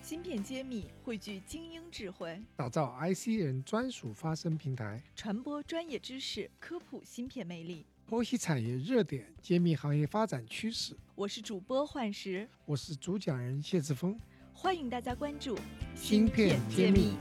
芯片揭秘，汇聚精英智慧， 打造 IC 人专属发声平台， 传播专业知识，科普芯片魅力， 剖析产业热点，揭秘行业发展趋势。 我是主播幻石， 我是主讲人谢志峰， 欢迎大家关注芯片揭秘。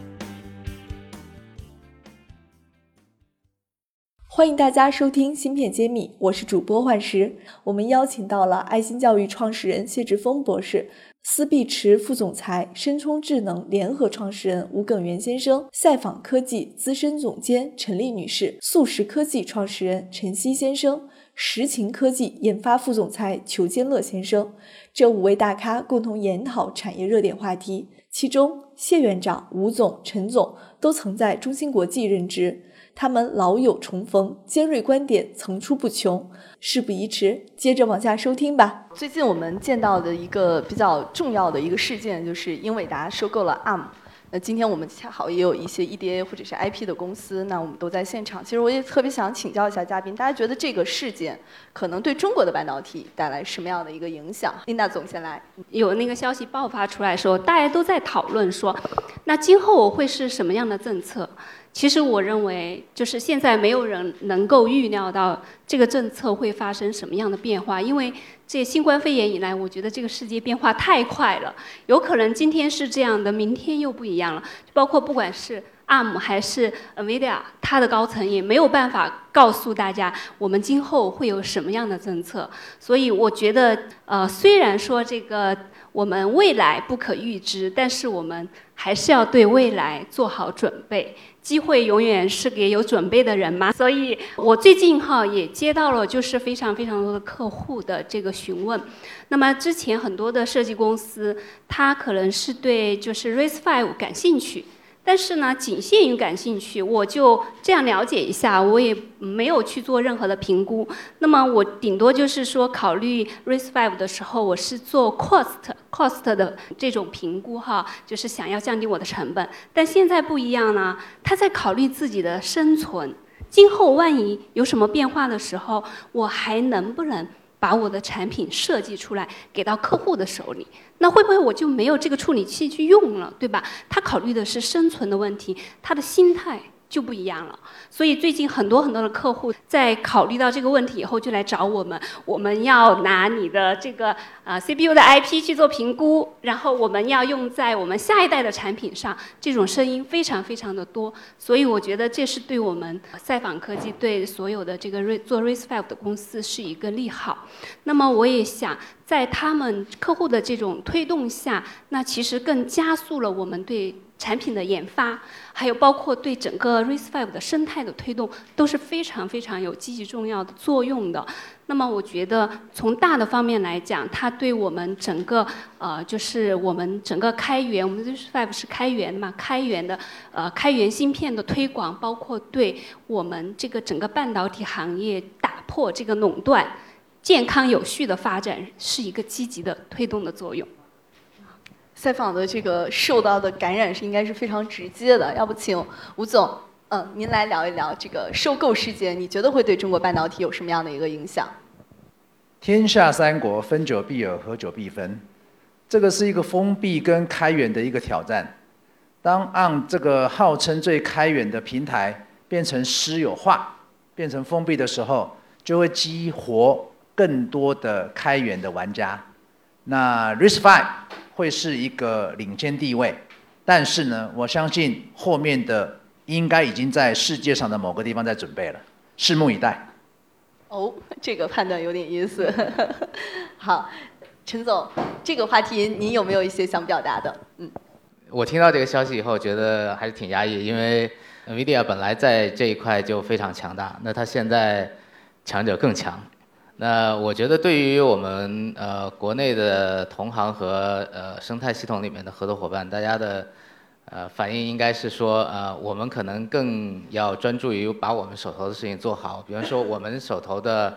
欢迎大家收听芯片揭秘，我是主播幻石。我们邀请到了爱心教育创始人谢志峰博士，思必驰副总裁，深冲智能联合创始人吴耿元先生，赛仿科技资深总监陈丽女士，速食科技创始人陈曦先生，实勤科技研发副总裁裘坚乐先生。这5位大咖共同研讨产业热点话题，其中谢院长、吴总、陈总都曾在中芯国际任职，他们老友重逢，尖锐观点层出不穷。事不宜迟，接着往下收听吧。最近我们见到的一个比较重要的一个事件，就是英伟达收购了 ARM。那今天我们恰好也有一些 EDA 或者是 IP 的公司，那我们都在现场。其实我也特别想请教一下嘉宾，大家觉得这个事件可能对中国的半导体带来什么样的一个影响？Linda 总先来。 有那个消息爆发出来的时候，大家都在讨论说，那今后会是什么样的政策？其实我认为，就是现在没有人能够预料到这个政策会发生什么样的变化，因为这新冠肺炎以来，我觉得这个世界变化太快了，有可能今天是这样的，明天又不一样了。包括不管是 ARM 还是 NVIDIA， 它的高层也没有办法告诉大家我们今后会有什么样的政策。所以我觉得，虽然说这个我们未来不可预知，但是我们还是要对未来做好准备。机会永远是给有准备的人嘛，所以我最近也接到了就是非常非常多的客户的这个询问。那么之前很多的设计公司，他可能是对就是 RISC-V 感兴趣。但是呢，仅限于感兴趣，我就这样了解一下，我也没有去做任何的评估。那么我顶多就是说，考虑 RISC-V 的时候，我是做 cost 的这种评估就是想要降低我的成本。但现在不一样呢，他在考虑自己的生存，今后万一有什么变化的时候，我还能不能把我的产品设计出来给到客户的手里，那会不会我就没有这个处理器去用了，对吧？他考虑的是生存的问题，他的心态就不一样了。所以最近很多的客户在考虑到这个问题以后，就来找我们，我们要拿你的这个CPU 的 IP 去做评估，然后我们要用在我们下一代的产品上，这种声音非常非常的多。所以我觉得这是对我们赛仿科技对所有的这个做 RISC-V 的公司是一个利好。那么我也想在他们客户的这种推动下，那其实更加速了我们对产品的研发，还有包括对整个 RISC-V 的生态的推动，都是非常非常有积极重要的作用的。那么我觉得从大的方面来讲，它对我们整个就是我们整个开源，我们 RISC-V 是开源嘛，开源芯片的推广，包括对我们这个整个半导体行业打破这个垄断，健康有序的发展是一个积极的推动的作用。 赛仿的这个受到的感染是应该是非常直接的，要不请吴总，您来聊一聊这个收购事件，你觉得会对中国半导体有什么样的一个影响？ 天下三国，分久必有，合久必分，这个是一个封闭跟开源的一个挑战。当ARM这个号称最开源的平台变成私有化，变成封闭的时候，就会激活更多的开源的玩家。那 RISC-V 会是一个领先地位，但是呢，我相信后面的应该已经在世界上的某个地方在准备了，拭目以待。 哦，这个判断有点意思。好，陈总，这个话题您有没有一些想表达的？ 我听到这个消息以后，觉得还是挺压抑，因为 NVIDIA 本来在这一块就非常强大，那它现在强者更强。那我觉得对于我们国内的同行和生态系统里面的合作伙伴，大家的反应应该是说我们可能更要专注于把我们手头的事情做好，比方说我们手头的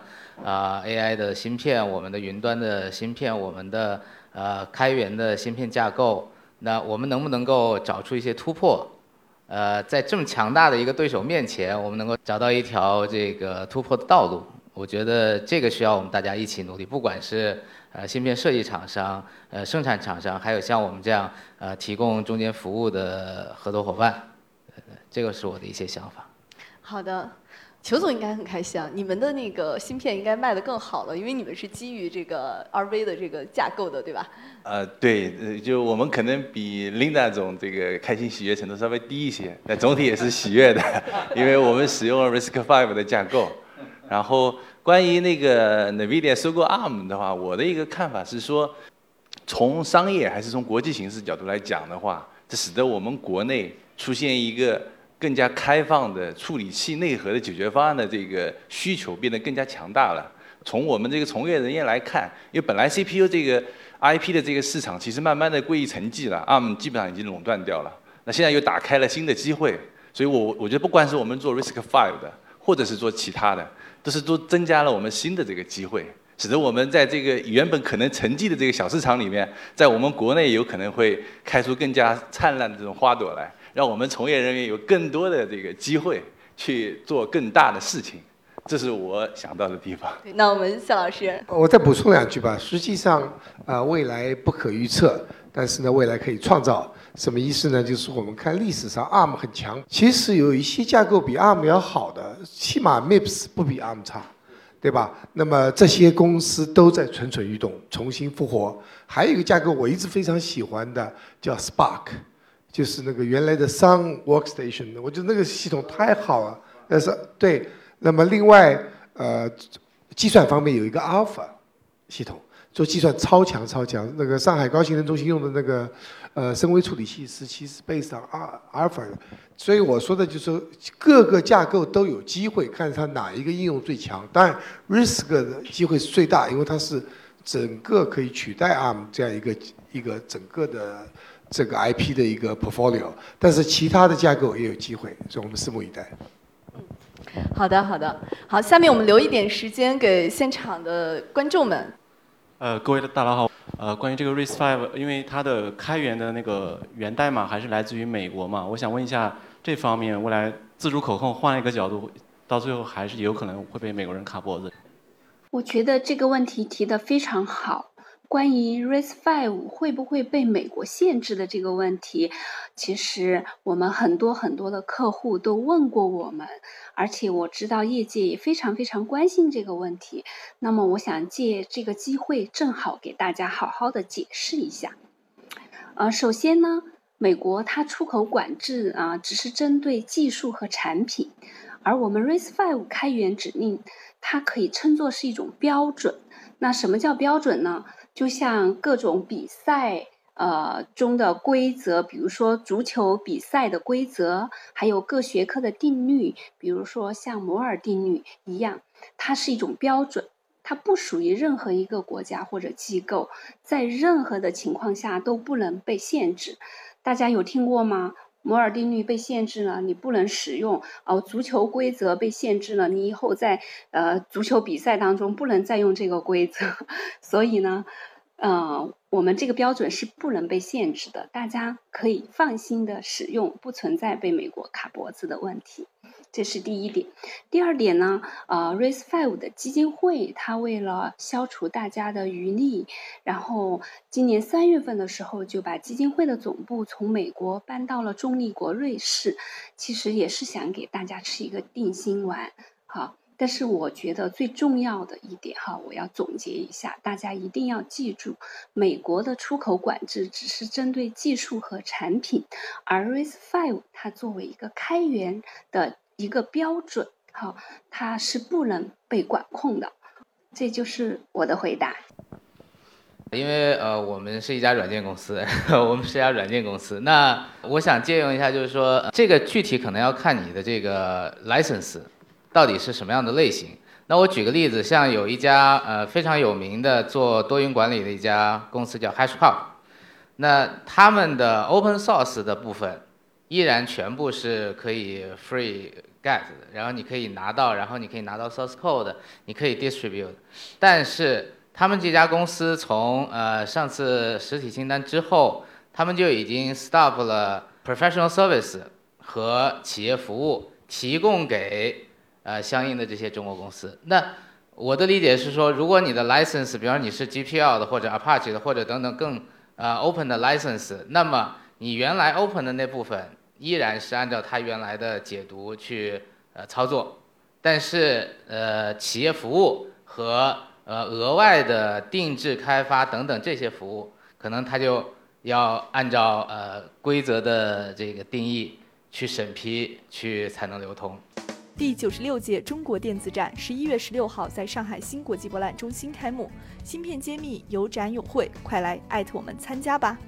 AI 的芯片，我们的云端的芯片，我们的开源的芯片架构，那我们能不能够找出一些突破？在这么强大的一个对手面前，我们能够找到一条这个突破的道路。 我觉得这个需要我们大家一起努力，不管是芯片设计厂商、生产厂商，还有像我们这样提供中间服务的合作伙伴，这个是我的一些想法。 好的。裘总应该很开心啊！你们的那个芯片应该卖得更好了，因为你们是基于这个 RV 的这个架构的，对吧？ 对，就我们可能比 Linda 总这个开心喜悦程度稍微低一些，但总体也是喜悦的，因为我们使用了 RISC-V 的架构。然后关于那个 NVIDIA 收购 ARM 的话，我的一个看法是说，从商业还是从国际形势角度来讲的话，这使得我们国内出现一个更加开放的处理器内核的解决方案的这个需求变得更加强大了。从我们这个从业人员来看，因为本来 CPU 这个 IP 的这个市场其实慢慢的归于沉寂了 ，ARM 基本上已经垄断掉了。那现在又打开了新的机会，所以我觉得不管是我们做 RISC-V 的，或者是做其他的，都增加了我们新的这个机会，使得我们在这个原本可能沉寂的这个小市场里面，在我们国内有可能会开出更加灿烂的这种花朵来。让我们从业人员有更多的这个机会去做更大的事情，这是我想到的地方。 对，那我们夏老师， 我再补充两句吧。实际上，未来不可预测，但是呢，未来可以创造。什么意思呢？就是我们看历史上 ARM 很强，其实有一些架构比 ARM 要好的，起码 MIPS 不比 ARM 差，对吧？那么这些公司都在蠢蠢欲动，重新复活。还有一个架构我一直非常喜欢的，叫 Spark。就是那个原来的 Sun Workstation， 我觉得那个系统太好了。但是对，那么另外计算方面有一个 Alpha 系统，做计算超强。那个上海高新能中心用的那个声微处理器是其实 based on Alpha 的。所以我说的就是说各个架构都有机会，看它哪一个应用最强。当然 RISC 的机会是最大，因为它是整个可以取代 ARM 这样一个整个的。这个 IP 的一个 portfolio， 但是其他的架构也有机会，所以我们拭目以待。 好的，好，下面我们留一点时间给现场的观众们。 各位大佬好，关于这个 RISC-V， 因为它的开源的那个源代码还是来自于美国嘛，我想问一下这方面未来自主可控换一个角度，到最后还是有可能会被美国人卡脖子。 我觉得这个问题提得非常好。关于 RISC-V 会不会被美国限制的这个问题，其实我们很多的客户都问过我们，而且我知道业界也非常关心这个问题。那么我想借这个机会，正好给大家好好的解释一下。首先呢，美国它出口管制只是针对技术和产品，而我们 RISC-V 开源指令，它可以称作是一种标准。那什么叫标准呢？就像各种比赛中的规则，比如说足球比赛的规则，还有各学科的定律，比如说像摩尔定律一样，它是一种标准，它不属于任何一个国家或者机构，在任何的情况下都不能被限制。大家有听过吗？摩尔定律被限制了，你不能使用；足球规则被限制了，你以后在足球比赛当中不能再用这个规则。所以呢，我们这个标准是不能被限制的，大家可以放心的使用，不存在被美国卡脖子的问题。这是第一点。第二点呢，RISC-V 的基金会，它为了消除大家的疑虑，然后今年3月份的时候就把基金会的总部从美国搬到了中立国瑞士，其实也是想给大家吃一个定心丸。好，但是我觉得最重要的一点我要总结一下，大家一定要记住，美国的出口管制只是针对技术和产品，而 RISC-V 它作为一个开源的一个标准，它是不能被管控的。这就是我的回答。 因为我们是一家软件公司，那我想借用一下，就是说这个具体可能要看你的这个 license 到底是什么样的类型。那我举个例子，像有一家非常有名的做多云管理的一家公司叫 HashiCorp， 那他们的 open source 的部分依然全部是可以 free get 的，然后你可以拿到 source code， 你可以 distribute， 但是他们这家公司从上次实体清单之后，他们就已经 stop 了 professional service 和企业服务提供给相应的这些中国公司。那我的理解是说，如果你的 license，比方你是 GPL 的或者 Apache 的或者等等更open 的 license， 那么你原来 open 的那部分依然是按照它原来的解读去操作，但是企业服务和额外的定制开发等等这些服务，可能它就要按照规则的这个定义去审批，去才能流通。 第96届中国电子展11月16号在上海新国际博览中心开幕，芯片揭秘有展有会，快来艾特我们参加吧！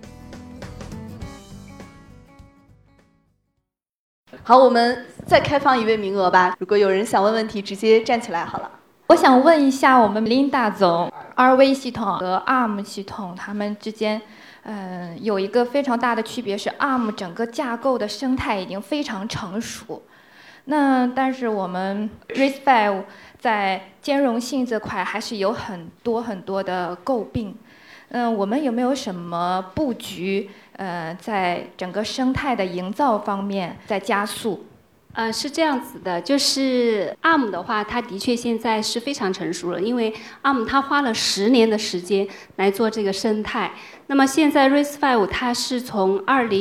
好，我们再开放一位名额吧。如果有人想问问题，直接站起来好了。 我想问一下我们Linda总 ，RV 系统和 ARM 系统它们之间，有一个非常大的区别是 ARM 整个架构的生态已经非常成熟。但是我们 RISC-V 在兼容性这块还是有很多的诟病。我们有没有什么布局？在整个生态的营造方面在加速？ 是这样子的，就是 ARM 的话，它的确现在是非常成熟了，因为 ARM 它花了10年的时间来做这个生态。那么现在 RISC-V 它是从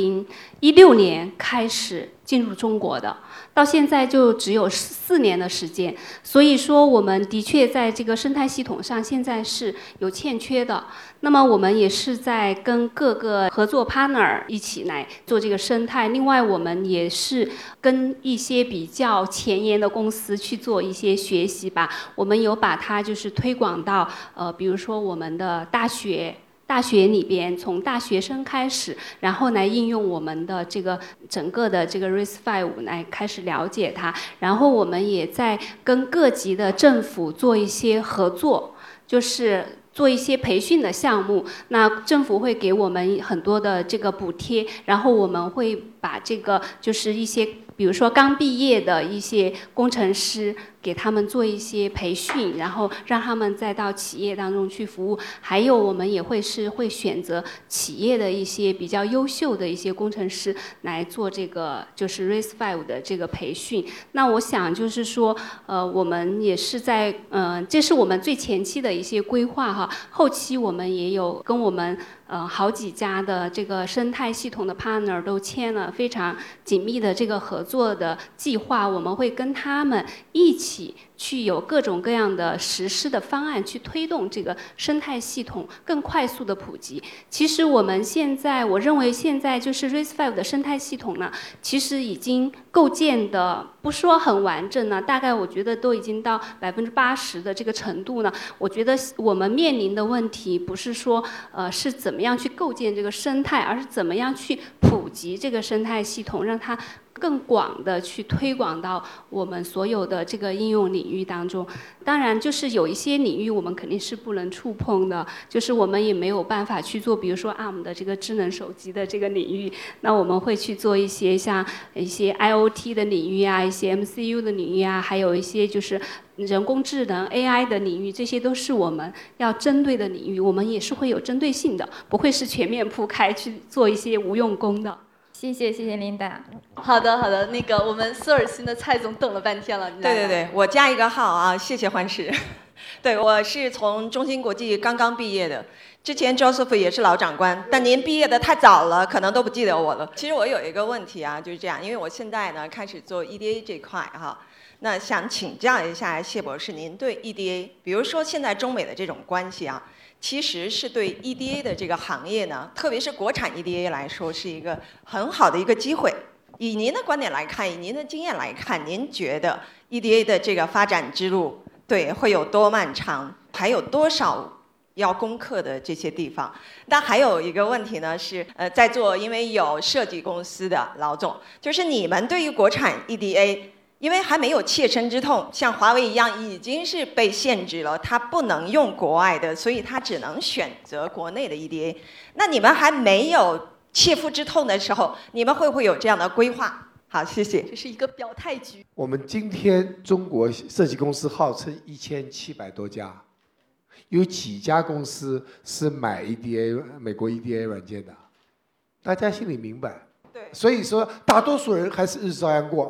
2016年开始进入中国的，到现在就只有4年的时间，所以说我们的确在这个生态系统上现在是有欠缺的。那么我们也是在跟各个合作 partner 一起来做这个生态，另外我们也是跟一些比较前沿的公司去做一些学习吧。我们有把它就是推广到比如说我们的大学里边，从大学生开始，然后来应用我们的这个整个的这个 RISC-V 来开始了解它，然后我们也在跟各级的政府做一些合作，就是做一些培训的项目，那政府会给我们很多的这个补贴，然后我们会把这个就是一些比如说刚毕业的一些工程师，给他们做一些培训，然后让他们再到企业当中去服务。还有我们也会选择企业的一些比较优秀的一些工程师来做这个就是 RISC-V 的这个培训。那我想就是说，我们也是在这是我们最前期的一些规划哈。后期我们也有跟我们好几家的这个生态系统的 partner 都签了非常紧密的这个合作的计划，我们会跟他们一起去有各种各样的实施的方案，去推动这个生态系统更快速的普及。其实我们现在，我认为现在就是 RISC-V 的生态系统呢，其实已经构建的不说很完整呢，大概我觉得都已经到80%的这个程度呢。我觉得我们面临的问题不是说是怎么样去构建这个生态，而是怎么样去普及这个生态系统，让它更广的去推广到我们所有的这个应用领域当中。当然就是有一些领域我们肯定是不能触碰的，就是我们也没有办法去做，比如说 ARM 的这个智能手机的这个领域，那我们会去做一些像一些 IoT 的领域啊，一些 MCU 的领域啊，还有一些就是人工智能 AI 的领域，这些都是我们要针对的领域，我们也是会有针对性的，不会是全面铺开去做一些无用功的。 谢谢Linda。 好的，那个我们斯尔辛的蔡总等了半天了。 对，我加一个号啊，谢谢幻视。对，我是从中芯国际刚刚毕业的，之前 Joseph 也是老长官，但您毕业的太早了，可能都不记得我了。其实我有一个问题啊，就是这样，因为我现在呢开始做 EDA 这块哈，那想请教一下谢博士，您对 EDA， 比如说现在中美的这种关系啊，其实是对 EDA 的这个行业呢，特别是国产 EDA 来说，是一个很好的一个机会。以您的观点来看，以您的经验来看，您觉得 EDA 的这个发展之路，对，会有多漫长？还有多少要攻克的这些地方？但还有一个问题呢，是在座因为有设计公司的老总，就是你们对于国产 EDA。因为还没有切身之痛，像华为一样已经是被限制了，它不能用国外的，所以它只能选择国内的 EDA。那你们还没有切肤之痛的时候，你们会不会有这样的规划？好，谢谢。 这是一个表态局。 我们今天中国设计公司号称1700多家，有几家公司是买 EDA 美国 EDA 软件的？大家心里明白。 对。 所以说，大多数人还是日子照样过。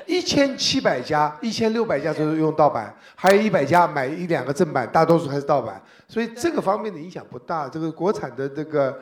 1700家、1600家都是用盗版，还有100家买1-2个正版，大多数还是盗版，所以这个方面的影响不大。这个国产的这个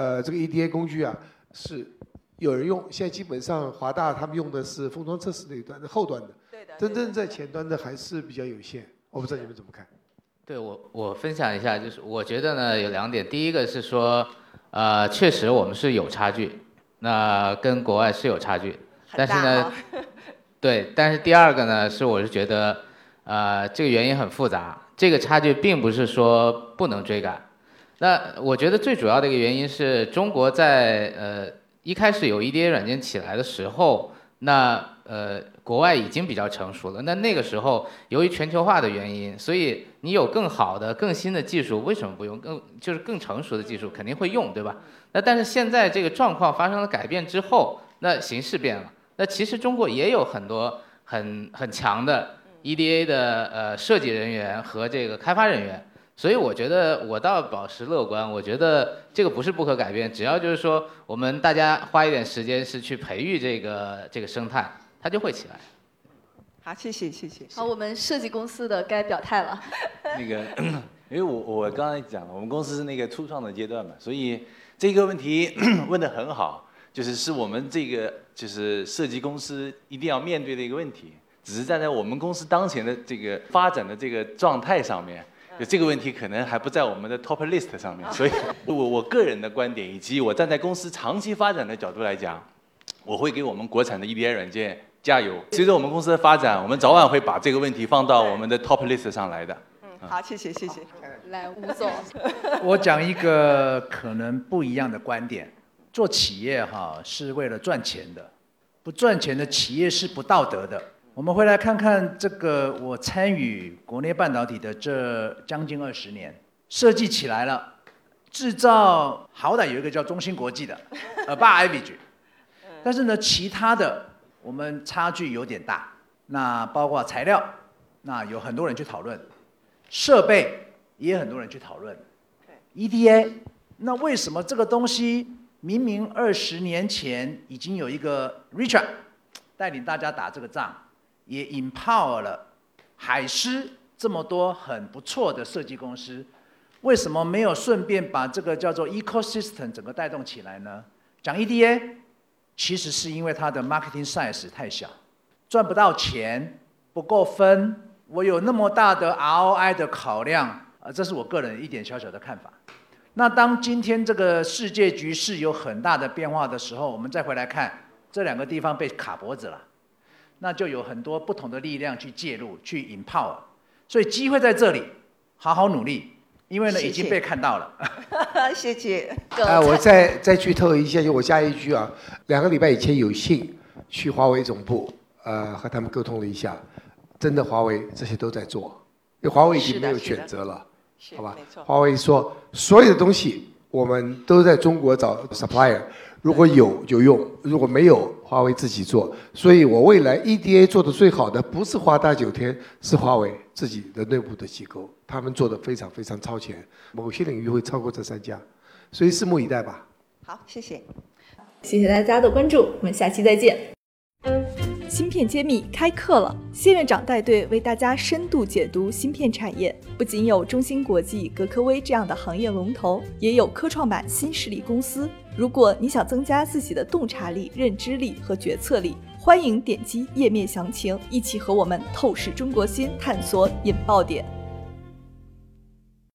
EDA 工具啊，是有人用，现在基本上华大他们用的是封装测试那一端的后端的，真正在前端的还是比较有限。我不知道你们怎么看？ 对我分享一下，就是我觉得呢有2点，第一个是说，确实我们是有差距，那跟国外是有差距，但是呢，对，但是第二个呢是我是觉得，这个原因很复杂，这个差距并不是说不能追赶。那我觉得最主要的一个原因是中国在一开始有 EDA 软件起来的时候，那国外已经比较成熟了。那个时候由于全球化的原因，所以你有更好的、更新的技术，为什么不用？就是更成熟的技术肯定会用，对吧？那但是现在这个状况发生了改变之后，那形势变了。那其实中国也有很多很强的 EDA 的设计人员和这个开发人员。所以我觉得我倒保持乐观，我觉得这个不是不可改变，只要就是说我们大家花一点时间是去培育这个生态，它就会起来。 好，谢谢。 好，我们设计公司的该表态了。 那个，因为我刚才讲了，我们公司是那个初创的阶段嘛，所以这个问题问得很好，是我们这个就是设计公司一定要面对的一个问题，只是站在我们公司当前的这个发展的这个状态上面。就这个问题可能还不在我们的 top list 上面，所以我个人的观点以及我站在公司长期发展的角度来讲，我会给我们国产的 EDA 软件加油。随着我们公司的发展，我们早晚会把这个问题放到我们的 top list 上来的。 好，谢谢。 来，吴总， 我讲一个可能不一样的观点：做企业是为了赚钱的，不赚钱的企业是不道德的。我们回来看看这个，我参与国内半导体的这将近20年，设计起来了，制造好歹有一个叫中芯国际的，above average，但是呢，其他的我们差距有点大。那包括材料，那有很多人去讨论；设备也很多人去讨论。EDA， 那为什么这个东西明明20年前已经有一个 Richard 带领大家打这个仗？也 empower 了海狮这么多很不错的设计公司，为什么没有顺便把这个叫做 ecosystem 整个带动起来呢？讲 EDA， 其实是因为它的 marketing size 太小，赚不到钱，不够分。我有那么大的 ROI 的考量，这是我个人一点小小的看法。那当今天这个世界局势有很大的变化的时候，我们再回来看这2个地方被卡脖子了。那就有很多不同的力量去介入，去 empower， 所以机会在这里，好好努力，因为呢已经被看到了。 谢谢。 我再剧透一下，就我加一句啊，2个礼拜以前有幸去华为总部，和他们沟通了一下，真的华为这些都在做，因为华为已经没有选择了，好吧？华为说所有的东西我们都在中国找 supplier。如果有就用，如果没有，华为自己做。所以我未来 EDA 做的最好的不是华大9天，是华为自己的内部的机构，他们做的非常非常超前，某些领域会超过这3家，所以拭目以待吧。 好，谢谢。 谢谢大家的关注，我们下期再见。 芯片揭秘开课了，谢院长带队为大家深度解读芯片产业，不仅有中芯国际、格科微这样的行业龙头，也有科创板新势力公司。如果你想增加自己的洞察力、认知力和决策力，欢迎点击页面详情，一起和我们透视中国芯，探索引爆点。